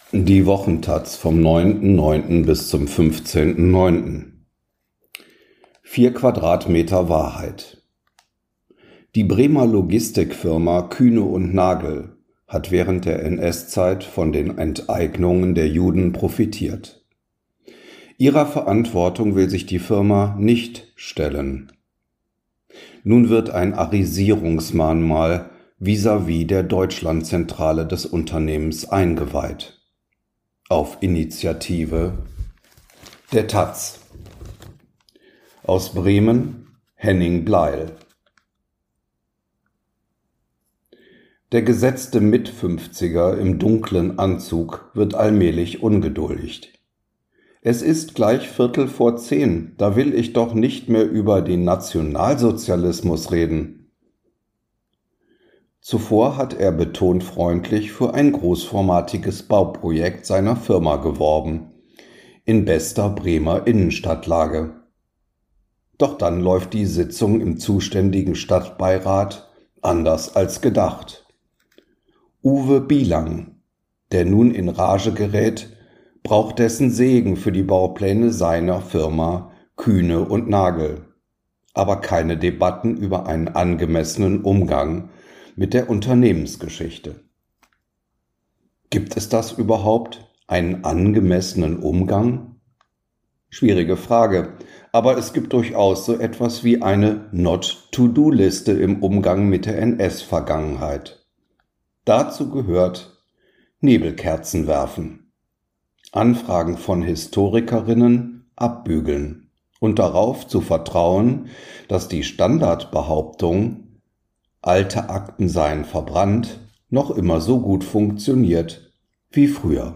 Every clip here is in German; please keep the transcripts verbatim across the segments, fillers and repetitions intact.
Die Wochentaz vom neunten neunten bis zum fünfzehnten neunten Vier Quadratmeter Wahrheit. Die Bremer Logistikfirma Kühne und Nagel hat während der N S-Zeit von den Enteignungen der Juden profitiert. Ihrer Verantwortung will sich die Firma nicht stellen. Nun wird ein Arisierungsmahnmal vis-à-vis der Deutschlandzentrale des Unternehmens eingeweiht. Auf Initiative der Taz. Aus Bremen Henning Bleil. Der gesetzte Mitfünfziger im dunklen Anzug wird allmählich ungeduldig. Es ist gleich Viertel vor zehn, da will ich doch nicht mehr über den Nationalsozialismus reden. Zuvor hat er betont freundlich für ein großformatiges Bauprojekt seiner Firma geworben, in bester Bremer Innenstadtlage. Doch dann läuft die Sitzung im zuständigen Stadtbeirat anders als gedacht. Uwe Bielang, der nun in Rage gerät, braucht dessen Segen für die Baupläne seiner Firma Kühne und Nagel, aber keine Debatten über einen angemessenen Umgang mit der Unternehmensgeschichte. Gibt es das überhaupt, einen angemessenen Umgang? Schwierige Frage, aber es gibt durchaus so etwas wie eine Not-to-Do-Liste im Umgang mit der N S-Vergangenheit. Dazu gehört Nebelkerzen werfen, Anfragen von Historikerinnen abbügeln und darauf zu vertrauen, dass die Standardbehauptung alte Akten seien verbrannt, noch immer so gut funktioniert wie früher.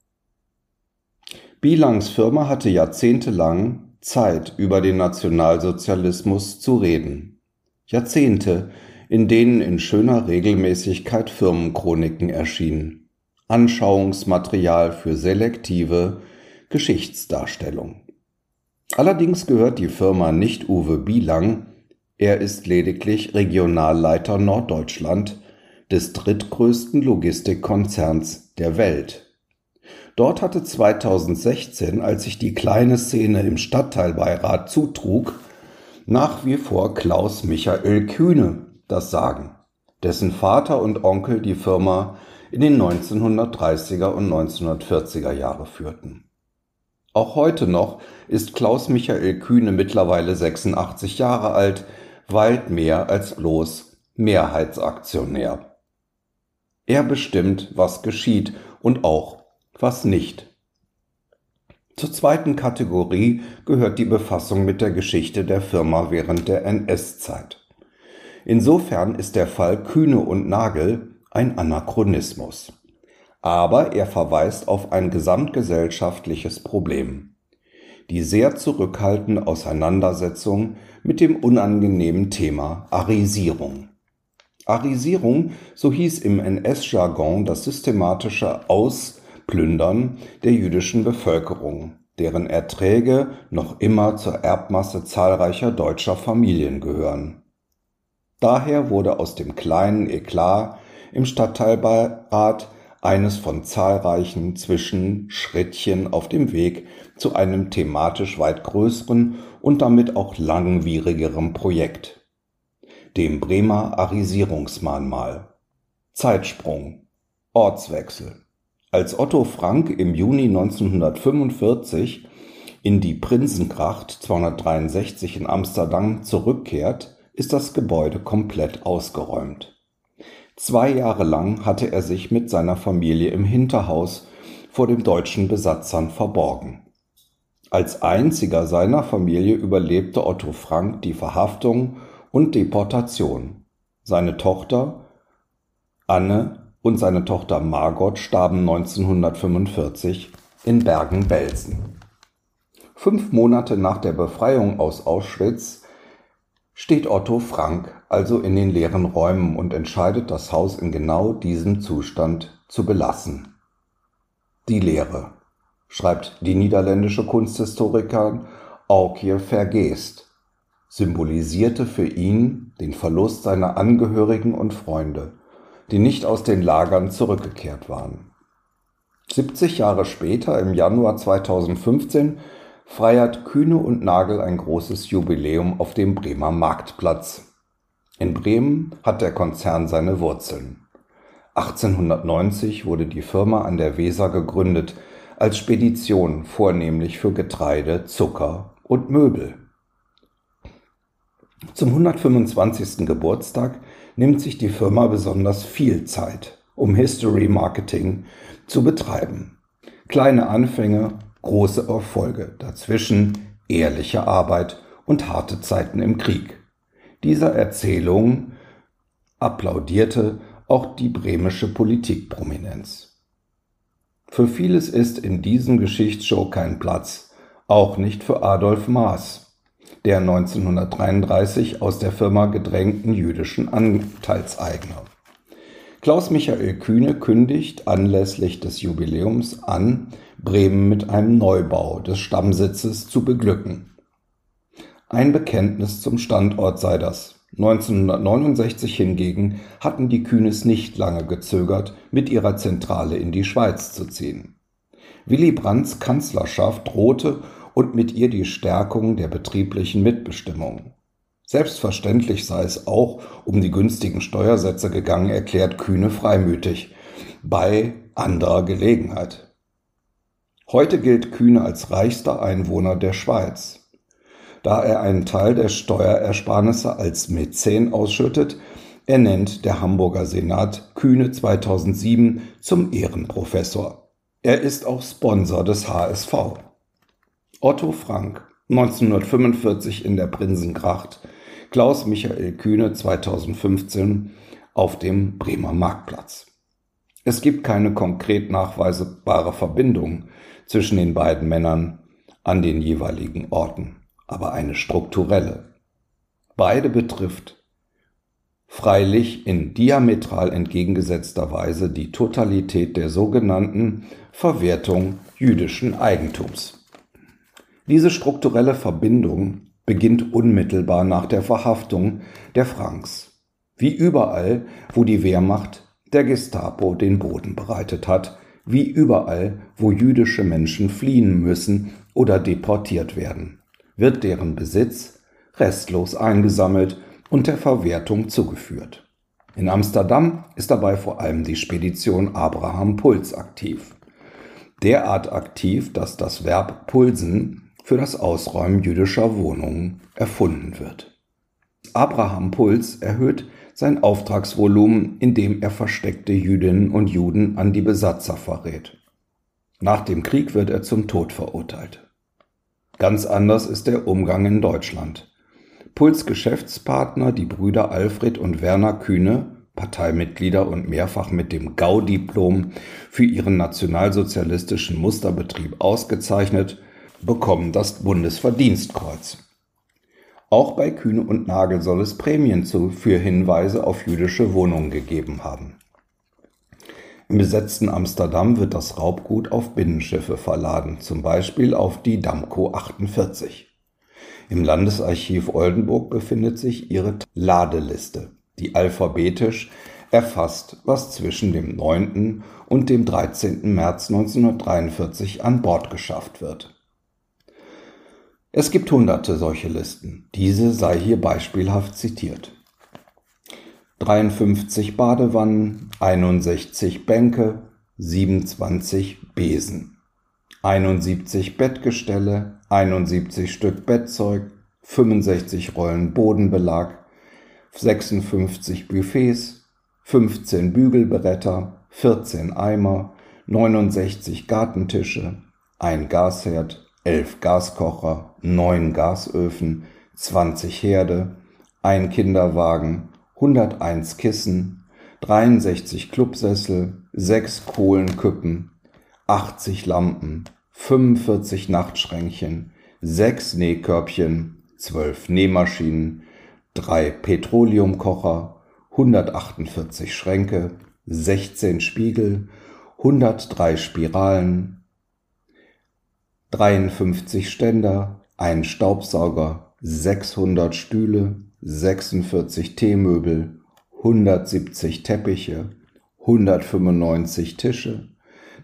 Bielangs Firma hatte jahrzehntelang Zeit, über den Nationalsozialismus zu reden. Jahrzehnte, in denen in schöner Regelmäßigkeit Firmenchroniken erschienen. Anschauungsmaterial für selektive Geschichtsdarstellung. Allerdings gehört die Firma nicht Uwe Bielang. Er ist lediglich Regionalleiter Norddeutschland des drittgrößten Logistikkonzerns der Welt. Dort hatte zweitausendsechzehn, als sich die kleine Szene im Stadtteilbeirat zutrug, nach wie vor Klaus Michael Kühne das Sagen, dessen Vater und Onkel die Firma in den neunzehnhundertdreißiger und neunzehnhundertvierziger Jahre führten. Auch heute noch ist Klaus Michael Kühne mittlerweile sechsundachtzig Jahre alt, weit mehr als bloß Mehrheitsaktionär. Er bestimmt, was geschieht und auch was nicht. Zur zweiten Kategorie gehört die Befassung mit der Geschichte der Firma während der N S-Zeit. Insofern ist der Fall Kühne und Nagel ein Anachronismus. Aber er verweist auf ein gesamtgesellschaftliches Problem. Die sehr zurückhaltende Auseinandersetzung mit dem unangenehmen Thema Arisierung. Arisierung, so hieß im N S-Jargon das systematische Ausplündern der jüdischen Bevölkerung, deren Erträge noch immer zur Erbmasse zahlreicher deutscher Familien gehören. Daher wurde aus dem kleinen Eklat im Stadtteilbeirat eines von zahlreichen Zwischenschrittchen auf dem Weg zu einem thematisch weit größeren und damit auch langwierigeren Projekt, dem Bremer Arisierungsmahnmal. Zeitsprung, Ortswechsel. Als Otto Frank im Juni neunzehnhundertfünfundvierzig in die Prinsengracht zweihundertdreiundsechzig in Amsterdam zurückkehrt, ist das Gebäude komplett ausgeräumt. Zwei Jahre lang hatte er sich mit seiner Familie im Hinterhaus vor den deutschen Besatzern verborgen. Als einziger seiner Familie überlebte Otto Frank die Verhaftung und Deportation. Seine Tochter Anne und seine Tochter Margot starben neunzehnhundertfünfundvierzig in Bergen-Belsen. Fünf Monate nach der Befreiung aus Auschwitz steht Otto Frank also in den leeren Räumen und entscheidet, das Haus in genau diesem Zustand zu belassen. Die Leere, schreibt die niederländische Kunsthistorikerin Aukje Vergeest, symbolisierte für ihn den Verlust seiner Angehörigen und Freunde, die nicht aus den Lagern zurückgekehrt waren. siebzig Jahre später, im Januar zweitausendfünfzehn, feiert Kühne und Nagel ein großes Jubiläum auf dem Bremer Marktplatz. In Bremen hat der Konzern seine Wurzeln. achtzehnhundertneunzig wurde die Firma an der Weser gegründet, als Spedition vornehmlich für Getreide, Zucker und Möbel. Zum hundertfünfundzwanzigsten Geburtstag nimmt sich die Firma besonders viel Zeit, um History Marketing zu betreiben. Kleine Anfänge, große Erfolge, dazwischen ehrliche Arbeit und harte Zeiten im Krieg. Dieser Erzählung applaudierte auch die bremische Politikprominenz. Für vieles ist in diesem Geschichtsshow kein Platz, auch nicht für Adolf Maas, der neunzehnhundertdreiunddreißig aus der Firma gedrängten jüdischen Anteilseigner. Klaus-Michael Kühne kündigt anlässlich des Jubiläums an, Bremen mit einem Neubau des Stammsitzes zu beglücken. Ein Bekenntnis zum Standort sei das. neunzehnhundertneunundsechzig hingegen hatten die Kühnes nicht lange gezögert, mit ihrer Zentrale in die Schweiz zu ziehen. Willy Brandts Kanzlerschaft drohte und mit ihr die Stärkung der betrieblichen Mitbestimmung. Selbstverständlich sei es auch um die günstigen Steuersätze gegangen, erklärt Kühne freimütig, bei anderer Gelegenheit. Heute gilt Kühne als reichster Einwohner der Schweiz. Da er einen Teil der Steuerersparnisse als Mäzen ausschüttet, ernennt der Hamburger Senat Kühne zweitausendsieben zum Ehrenprofessor. Er ist auch Sponsor des H S V. Otto Frank, neunzehnhundertfünfundvierzig in der Prinsengracht, Klaus-Michael Kühne zweitausendfünfzehn auf dem Bremer Marktplatz. Es gibt keine konkret nachweisbare Verbindung zwischen den beiden Männern an den jeweiligen Orten, aber eine strukturelle. Beide betrifft freilich in diametral entgegengesetzter Weise die Totalität der sogenannten Verwertung jüdischen Eigentums. Diese strukturelle Verbindung beginnt unmittelbar nach der Verhaftung der Franks. Wie überall, wo die Wehrmacht der Gestapo den Boden bereitet hat, wie überall, wo jüdische Menschen fliehen müssen oder deportiert werden, wird deren Besitz restlos eingesammelt und der Verwertung zugeführt. In Amsterdam ist dabei vor allem die Spedition Abraham Puls aktiv. Derart aktiv, dass das Verb pulsen für das Ausräumen jüdischer Wohnungen erfunden wird. Abraham Puls erhöht sein Auftragsvolumen, indem er versteckte Jüdinnen und Juden an die Besatzer verrät. Nach dem Krieg wird er zum Tod verurteilt. Ganz anders ist der Umgang in Deutschland. Puls' Geschäftspartner, die Brüder Alfred und Werner Kühne, Parteimitglieder und mehrfach mit dem Gau-Diplom für ihren nationalsozialistischen Musterbetrieb ausgezeichnet, bekommen das Bundesverdienstkreuz. Auch bei Kühne und Nagel soll es Prämien für Hinweise auf jüdische Wohnungen gegeben haben. Im besetzten Amsterdam wird das Raubgut auf Binnenschiffe verladen, zum Beispiel auf die Damco achtundvierzig. Im Landesarchiv Oldenburg befindet sich ihre Ladeliste, die alphabetisch erfasst, was zwischen dem neunten und dem dreizehnten März neunzehnhundertdreiundvierzig an Bord geschafft wird. Es gibt hunderte solche Listen, diese sei hier beispielhaft zitiert. dreiundfünfzig Badewannen, einundsechzig Bänke, siebenundzwanzig Besen, einundsiebzig Bettgestelle, einundsiebzig Stück Bettzeug, fünfundsechzig Rollen Bodenbelag, sechsundfünfzig Buffets, fünfzehn Bügelbretter, vierzehn Eimer, neunundsechzig Gartentische, ein Gasherd, elf Gaskocher, neun Gasöfen, zwanzig Herde, ein Kinderwagen, hunderteins Kissen, dreiundsechzig Clubsessel, sechs Kohlenküppen, achtzig Lampen, fünfundvierzig Nachtschränkchen, sechs Nähkörbchen, zwölf Nähmaschinen, drei Petroleumkocher, hundertachtundvierzig Schränke, sechzehn Spiegel, hundertdrei Spiralen, dreiundfünfzig Ständer, ein Staubsauger, sechshundert Stühle, sechsundvierzig Teemöbel, hundertsiebzig Teppiche, hundertfünfundneunzig Tische,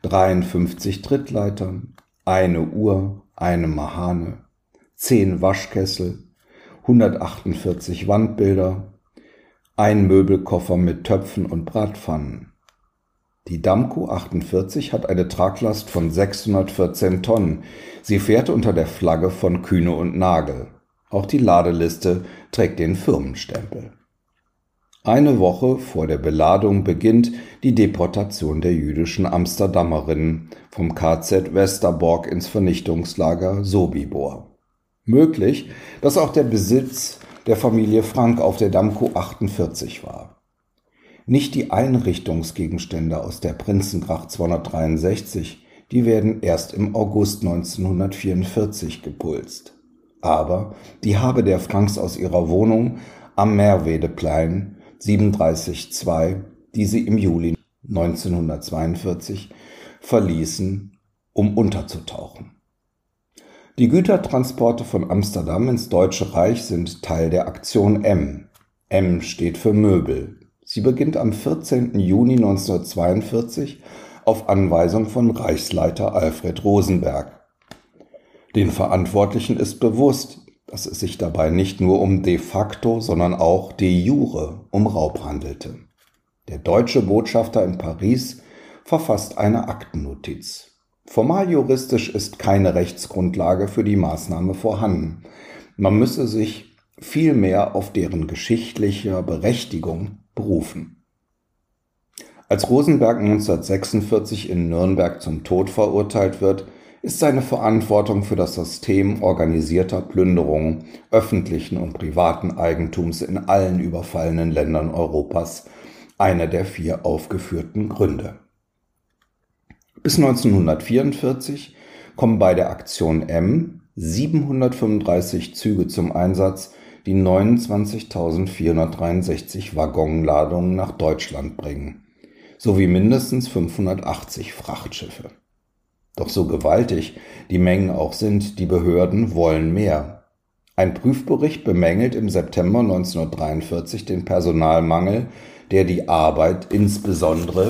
dreiundfünfzig Trittleitern, eine Uhr, eine Mahane, zehn Waschkessel, hundertachtundvierzig Wandbilder, ein Möbelkoffer mit Töpfen und Bratpfannen. Die Damco achtundvierzig hat eine Traglast von sechshundertvierzehn Tonnen. Sie fährt unter der Flagge von Kühne und Nagel. Auch die Ladeliste trägt den Firmenstempel. Eine Woche vor der Beladung beginnt die Deportation der jüdischen Amsterdamerinnen vom K Z Westerbork ins Vernichtungslager Sobibor. Möglich, dass auch der Besitz der Familie Frank auf der Damco achtundvierzig war. Nicht die Einrichtungsgegenstände aus der Prinzengracht zweihundertdreiundsechzig, die werden erst im August neunzehnhundertvierundvierzig gepulst. Aber die Habe der Franks aus ihrer Wohnung am Merwedeplein siebenunddreißig zwei, die sie im Juli neunzehnhundertzweiundvierzig verließen, um unterzutauchen. Die Gütertransporte von Amsterdam ins Deutsche Reich sind Teil der Aktion M. M steht für Möbel. Sie beginnt am vierzehnten Juni neunzehnhundertzweiundvierzig auf Anweisung von Reichsleiter Alfred Rosenberg. Den Verantwortlichen ist bewusst, dass es sich dabei nicht nur um de facto, sondern auch de jure um Raub handelte. Der deutsche Botschafter in Paris verfasst eine Aktennotiz. Formal juristisch ist keine Rechtsgrundlage für die Maßnahme vorhanden. Man müsse sich vielmehr auf deren geschichtliche Berechtigung berufen. Als Rosenberg neunzehnhundertsechsundvierzig in Nürnberg zum Tod verurteilt wird, ist seine Verantwortung für das System organisierter Plünderungen öffentlichen und privaten Eigentums in allen überfallenen Ländern Europas eine der vier aufgeführten Gründe. Bis neunzehnhundertvierundvierzig kommen bei der Aktion M siebenhundertfünfunddreißig Züge zum Einsatz, die neunundzwanzigtausendvierhundertdreiundsechzig Waggonladungen nach Deutschland bringen, sowie mindestens fünfhundertachtzig Frachtschiffe. Doch so gewaltig die Mengen auch sind, die Behörden wollen mehr. Ein Prüfbericht bemängelt im September neunzehnhundertdreiundvierzig den Personalmangel, der die Arbeit insbesondere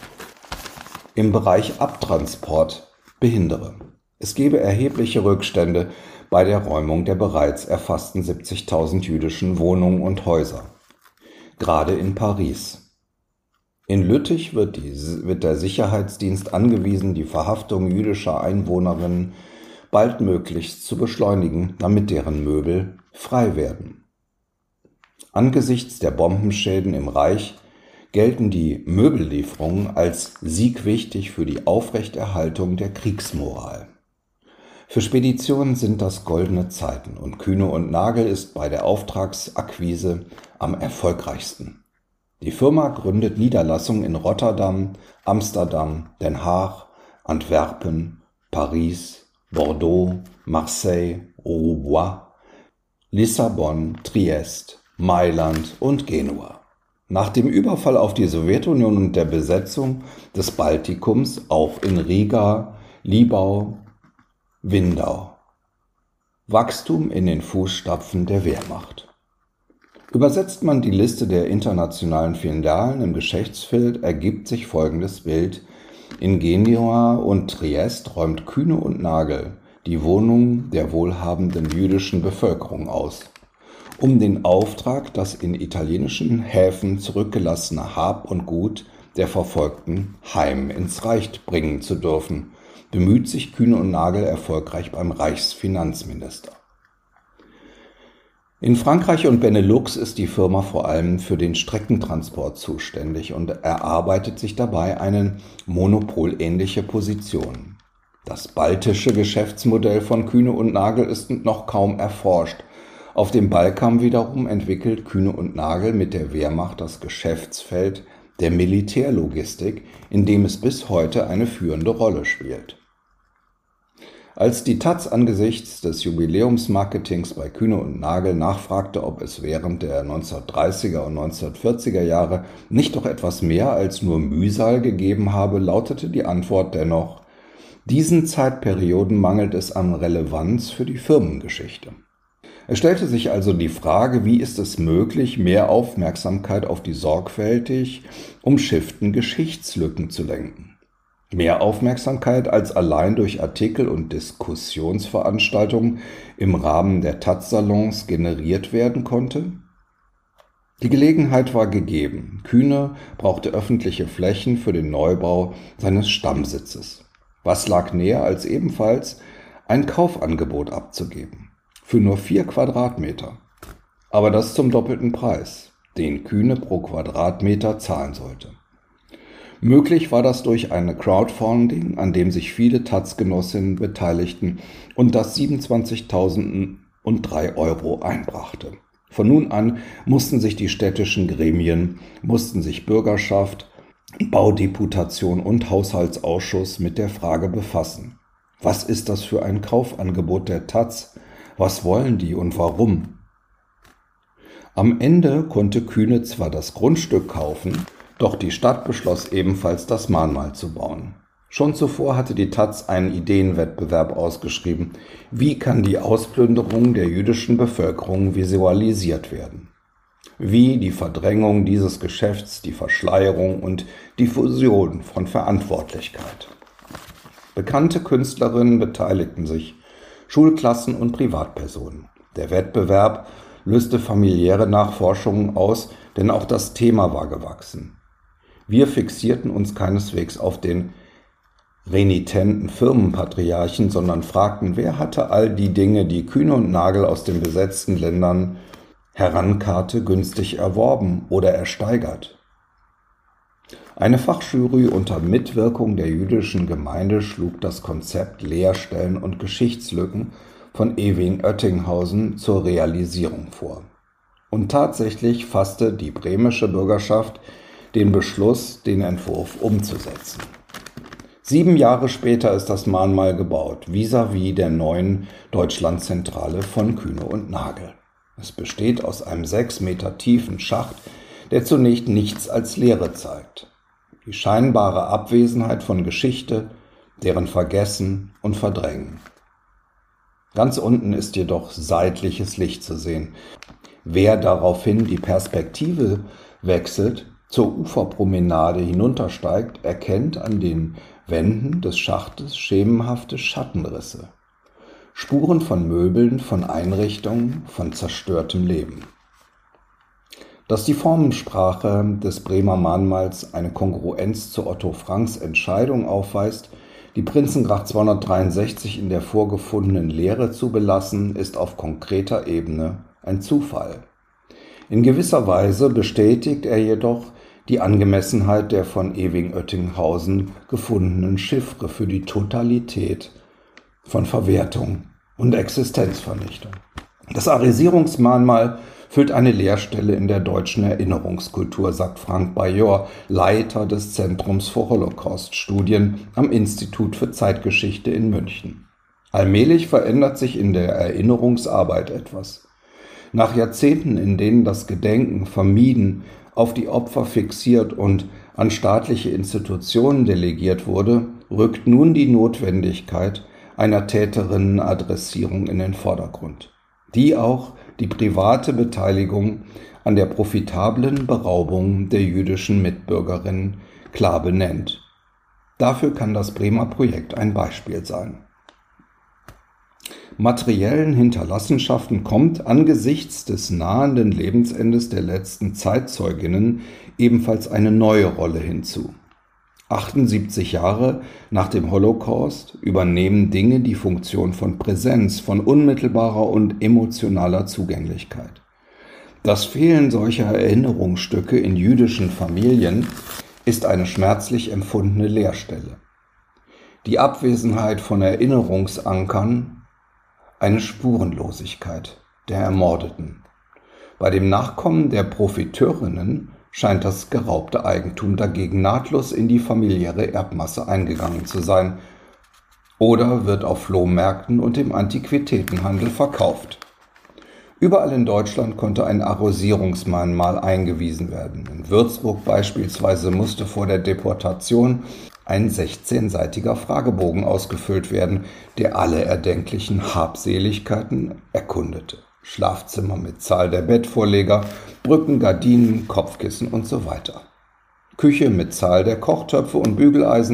im Bereich Abtransport behindere. Es gebe erhebliche Rückstände bei der Räumung der bereits erfassten siebzigtausend jüdischen Wohnungen und Häuser, gerade in Paris. In Lüttich wird, die, wird der Sicherheitsdienst angewiesen, die Verhaftung jüdischer Einwohnerinnen baldmöglichst zu beschleunigen, damit deren Möbel frei werden. Angesichts der Bombenschäden im Reich gelten die Möbellieferungen als siegwichtig für die Aufrechterhaltung der Kriegsmoral. Für Speditionen sind das goldene Zeiten und Kühne und Nagel ist bei der Auftragsakquise am erfolgreichsten. Die Firma gründet Niederlassungen in Rotterdam, Amsterdam, Den Haag, Antwerpen, Paris, Bordeaux, Marseille, Roubaix, Lissabon, Triest, Mailand und Genua. Nach dem Überfall auf die Sowjetunion und der Besetzung des Baltikums auch in Riga, Libau, Windau. Wachstum in den Fußstapfen der Wehrmacht. Übersetzt man die Liste der internationalen Filialen im Geschäftsfeld, ergibt sich folgendes Bild. In Genua und Triest räumt Kühne und Nagel die Wohnungen der wohlhabenden jüdischen Bevölkerung aus, um den Auftrag, das in italienischen Häfen zurückgelassene Hab und Gut der Verfolgten heim ins Reich bringen zu dürfen, bemüht sich Kühne und Nagel erfolgreich beim Reichsfinanzminister. In Frankreich und Benelux ist die Firma vor allem für den Streckentransport zuständig und erarbeitet sich dabei eine monopolähnliche Position. Das baltische Geschäftsmodell von Kühne und Nagel ist noch kaum erforscht. Auf dem Balkan wiederum entwickelt Kühne und Nagel mit der Wehrmacht das Geschäftsfeld der Militärlogistik, in dem es bis heute eine führende Rolle spielt. Als die Taz angesichts des Jubiläumsmarketings bei Kühne und Nagel nachfragte, ob es während der neunzehnhundertdreißiger und neunzehnhundertvierziger Jahre nicht doch etwas mehr als nur Mühsal gegeben habe, lautete die Antwort dennoch: Diesen Zeitperioden mangelt es an Relevanz für die Firmengeschichte. Es stellte sich also die Frage, wie ist es möglich, mehr Aufmerksamkeit auf die sorgfältig umschifften Geschichtslücken zu lenken. Mehr Aufmerksamkeit als allein durch Artikel und Diskussionsveranstaltungen im Rahmen der Taz-Salons generiert werden konnte? Die Gelegenheit war gegeben. Kühne brauchte öffentliche Flächen für den Neubau seines Stammsitzes. Was lag näher, als ebenfalls ein Kaufangebot abzugeben? Für nur vier Quadratmeter. Aber das zum doppelten Preis, den Kühne pro Quadratmeter zahlen sollte. Möglich war das durch ein Crowdfunding, an dem sich viele Taz-Genossinnen beteiligten und das siebenundzwanzigtausenddrei Euro einbrachte. Von nun an mussten sich die städtischen Gremien, mussten sich Bürgerschaft, Baudeputation und Haushaltsausschuss mit der Frage befassen. Was ist das für ein Kaufangebot der Taz? Was wollen die und warum? Am Ende konnte Kühne zwar das Grundstück kaufen, doch die Stadt beschloss ebenfalls, das Mahnmal zu bauen. Schon zuvor hatte die Taz einen Ideenwettbewerb ausgeschrieben. Wie kann die Ausplünderung der jüdischen Bevölkerung visualisiert werden? Wie die Verdrängung dieses Geschäfts, die Verschleierung und Diffusion von Verantwortlichkeit. Bekannte Künstlerinnen beteiligten sich, Schulklassen und Privatpersonen. Der Wettbewerb löste familiäre Nachforschungen aus, denn auch das Thema war gewachsen. Wir fixierten uns keineswegs auf den renitenten Firmenpatriarchen, sondern fragten, wer hatte all die Dinge, die Kühne und Nagel aus den besetzten Ländern herankarte, günstig erworben oder ersteigert. Eine Fachjury unter Mitwirkung der jüdischen Gemeinde schlug das Konzept Leerstellen und Geschichtslücken von Ewing-Oettinghausen zur Realisierung vor. Und tatsächlich fasste die bremische Bürgerschaft den Beschluss, den Entwurf umzusetzen. Sieben Jahre später ist das Mahnmal gebaut, vis-à-vis der neuen Deutschlandzentrale von Kühne und Nagel. Es besteht aus einem sechs Meter tiefen Schacht, der zunächst nichts als Leere zeigt. Die scheinbare Abwesenheit von Geschichte, deren Vergessen und Verdrängen. Ganz unten ist jedoch seitliches Licht zu sehen. Wer daraufhin die Perspektive wechselt, zur Uferpromenade hinuntersteigt, erkennt an den Wänden des Schachtes schemenhafte Schattenrisse. Spuren von Möbeln, von Einrichtungen, von zerstörtem Leben. Dass die Formensprache des Bremer Mahnmals eine Kongruenz zu Otto Franks Entscheidung aufweist, die Prinzengracht zweihundertdreiundsechzig in der vorgefundenen Leere zu belassen, ist auf konkreter Ebene ein Zufall. In gewisser Weise bestätigt er jedoch die Angemessenheit der von Ewing-Oettinghausen gefundenen Chiffre für die Totalität von Verwertung und Existenzvernichtung. Das Arisierungsmahnmal füllt eine Leerstelle in der deutschen Erinnerungskultur, sagt Frank Bajor, Leiter des Zentrums für Holocaust-Studien am Institut für Zeitgeschichte in München. Allmählich verändert sich in der Erinnerungsarbeit etwas. Nach Jahrzehnten, in denen das Gedenken vermieden, auf die Opfer fixiert und an staatliche Institutionen delegiert wurde, rückt nun die Notwendigkeit einer Täterinnenadressierung in den Vordergrund, die auch die private Beteiligung an der profitablen Beraubung der jüdischen Mitbürgerinnen klar benennt. Dafür kann das Bremer Projekt ein Beispiel sein. Materiellen Hinterlassenschaften kommt angesichts des nahenden Lebensendes der letzten Zeitzeuginnen ebenfalls eine neue Rolle hinzu. achtundsiebzig Jahre nach dem Holocaust übernehmen Dinge die Funktion von Präsenz, von unmittelbarer und emotionaler Zugänglichkeit. Das Fehlen solcher Erinnerungsstücke in jüdischen Familien ist eine schmerzlich empfundene Leerstelle. Die Abwesenheit von Erinnerungsankern, eine Spurenlosigkeit der Ermordeten. Bei dem Nachkommen der Profiteurinnen scheint das geraubte Eigentum dagegen nahtlos in die familiäre Erbmasse eingegangen zu sein oder wird auf Flohmärkten und im Antiquitätenhandel verkauft. Überall in Deutschland konnte ein Arisierungsmahnmal eingewiesen werden. In Würzburg beispielsweise musste vor der Deportation ein sechzehnseitiger Fragebogen ausgefüllt werden, der alle erdenklichen Habseligkeiten erkundete. Schlafzimmer mit Zahl der Bettvorleger, Brücken, Gardinen, Kopfkissen und so weiter. Küche mit Zahl der Kochtöpfe und Bügeleisen,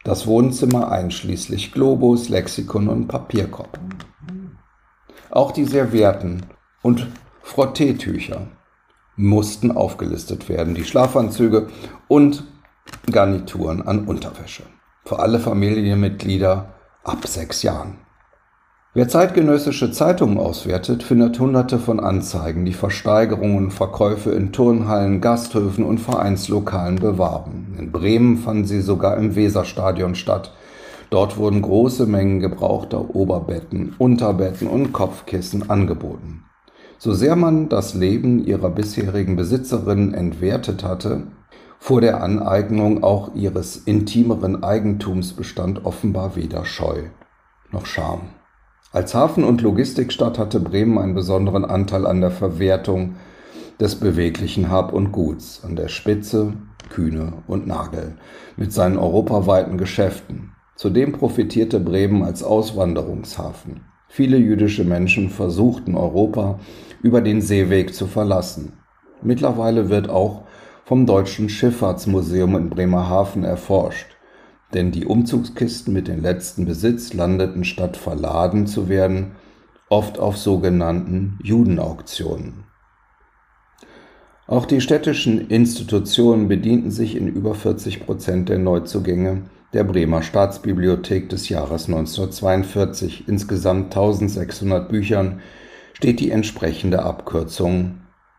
Das Wohnzimmer einschließlich Globus, Lexikon und Papierkorb. Auch die Servietten und Frotteetücher mussten aufgelistet werden, die Schlafanzüge und Garnituren an Unterwäsche. Für alle Familienmitglieder ab sechs Jahren. Wer zeitgenössische Zeitungen auswertet, findet hunderte von Anzeigen, die Versteigerungen und Verkäufe in Turnhallen, Gasthöfen und Vereinslokalen bewarben. In Bremen fanden sie sogar im Weserstadion statt. Dort wurden große Mengen gebrauchter Oberbetten, Unterbetten und Kopfkissen angeboten. So sehr man das Leben ihrer bisherigen Besitzerinnen entwertet hatte, vor der Aneignung auch ihres intimeren Eigentums bestand offenbar weder Scheu noch Scham. Als Hafen- und Logistikstadt hatte Bremen einen besonderen Anteil an der Verwertung des beweglichen Hab und Guts, an der Spitze Kühne und Nagel mit seinen europaweiten Geschäften. Zudem profitierte Bremen als Auswanderungshafen. Viele jüdische Menschen versuchten Europa über den Seeweg zu verlassen. Mittlerweile wird auch vom Deutschen Schifffahrtsmuseum in Bremerhaven erforscht, denn die Umzugskisten mit dem letzten Besitz landeten, statt verladen zu werden, oft auf sogenannten Judenauktionen. Auch die städtischen Institutionen bedienten sich in über vierzig Prozent der Neuzugänge der Bremer Staatsbibliothek des Jahres neunzehnhundertzweiundvierzig. Insgesamt eintausendsechshundert Büchern steht die entsprechende Abkürzung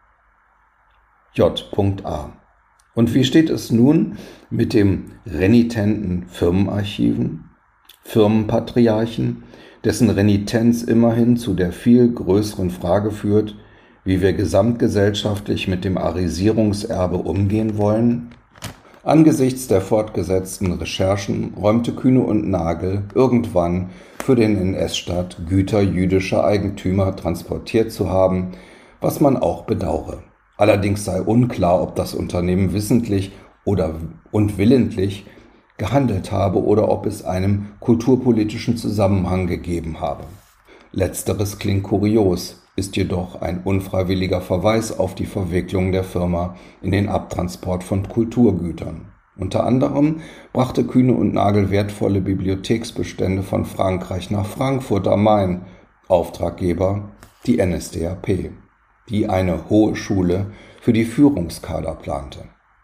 J A. Und wie steht es nun mit dem renitenten Firmenarchiven, Firmenpatriarchen, dessen Renitenz immerhin zu der viel größeren Frage führt, wie wir gesamtgesellschaftlich mit dem Arisierungserbe umgehen wollen? Angesichts der fortgesetzten Recherchen räumte Kühne und Nagel irgendwann für den N S-Staat Güter jüdischer Eigentümer transportiert zu haben, was man auch bedauere. Allerdings sei unklar, ob das Unternehmen wissentlich oder und willentlich gehandelt habe oder ob es einem kulturpolitischen Zusammenhang gegeben habe. Letzteres klingt kurios, ist jedoch ein unfreiwilliger Verweis auf die Verwicklung der Firma in den Abtransport von Kulturgütern. Unter anderem brachte Kühne und Nagel wertvolle Bibliotheksbestände von Frankreich nach Frankfurt am Main, Auftraggeber die N S D A P, die eine hohe Schule für die Führungskader plante.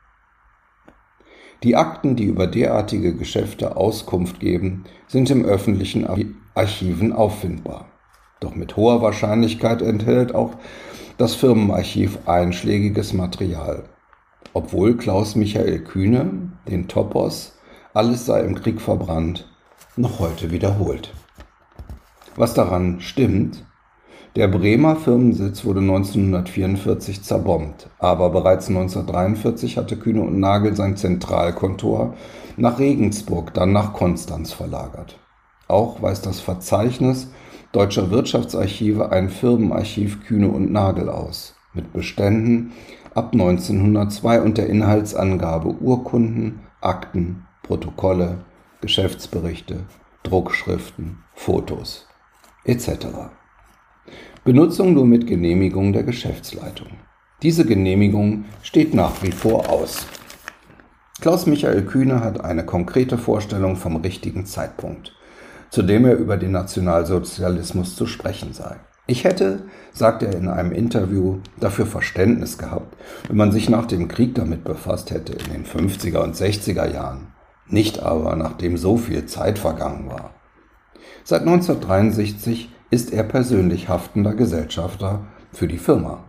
Die Akten, die über derartige Geschäfte Auskunft geben, sind im öffentlichen Archiven auffindbar. Doch mit hoher Wahrscheinlichkeit enthält auch das Firmenarchiv einschlägiges Material, obwohl Klaus Michael Kühne den Topos „Alles sei im Krieg verbrannt" noch heute wiederholt. Was daran stimmt: Der Bremer Firmensitz wurde neunzehnhundertvierundvierzig zerbombt, aber bereits neunzehnhundertdreiundvierzig hatte Kühne und Nagel sein Zentralkontor nach Regensburg, dann nach Konstanz verlagert. Auch weist das Verzeichnis Deutscher Wirtschaftsarchive ein Firmenarchiv Kühne und Nagel aus, mit Beständen ab neunzehnhundertzwei und der Inhaltsangabe Urkunden, Akten, Protokolle, Geschäftsberichte, Druckschriften, Fotos et cetera. Benutzung nur mit Genehmigung der Geschäftsleitung. Diese Genehmigung steht nach wie vor aus. Klaus Michael Kühne hat eine konkrete Vorstellung vom richtigen Zeitpunkt, zu dem er über den Nationalsozialismus zu sprechen sei. Ich hätte, sagt er in einem Interview, dafür Verständnis gehabt, wenn man sich nach dem Krieg damit befasst hätte, in den fünfziger und sechziger Jahren, nicht aber nachdem so viel Zeit vergangen war. Seit neunzehnhundertdreiundsechzig ist er persönlich haftender Gesellschafter für die Firma.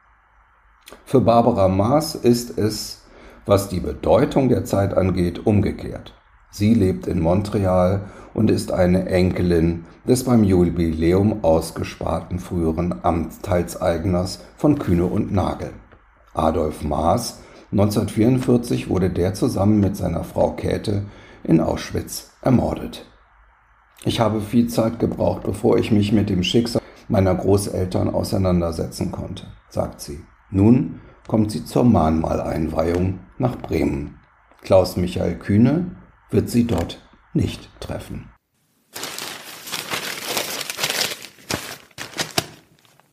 Für Barbara Maas ist es, was die Bedeutung der Zeit angeht, umgekehrt. Sie lebt in Montreal und ist eine Enkelin des beim Jubiläum ausgesparten früheren Anteilseigners von Kühne und Nagel. Adolf Maas, neunzehnhundertvierundvierzig wurde der zusammen mit seiner Frau Käthe in Auschwitz ermordet. Ich habe viel Zeit gebraucht, bevor ich mich mit dem Schicksal meiner Großeltern auseinandersetzen konnte, sagt sie. Nun kommt sie zur Mahnmaleinweihung nach Bremen. Klaus Michael Kühne wird sie dort nicht treffen.